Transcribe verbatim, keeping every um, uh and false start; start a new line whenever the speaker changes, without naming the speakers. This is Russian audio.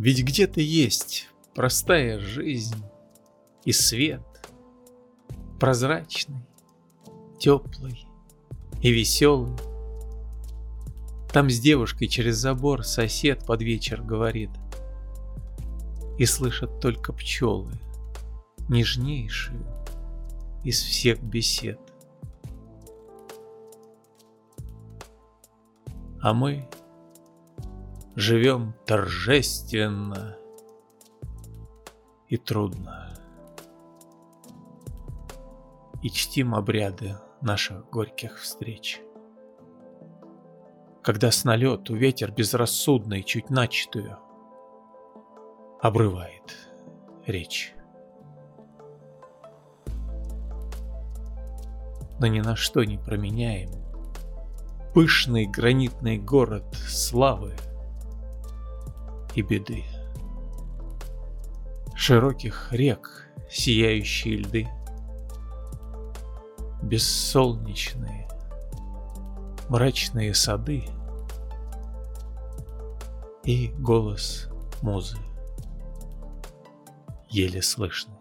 Ведь где-то есть простая жизнь и свет, прозрачный, теплый и веселый. Там с девушкой через забор сосед под вечер говорит, и слышат только пчелы, нежнейшую из всех бесед. А мы живем торжественно и трудно, и чтим обряды наших горьких встреч. Когда с налету ветер безрассудный чуть начатую обрывает речь. Но ни на что не променяем пышный гранитный город славы и беды, широких рек сияющие льды, бессолнечные мрачные сады и голос музы еле слышно.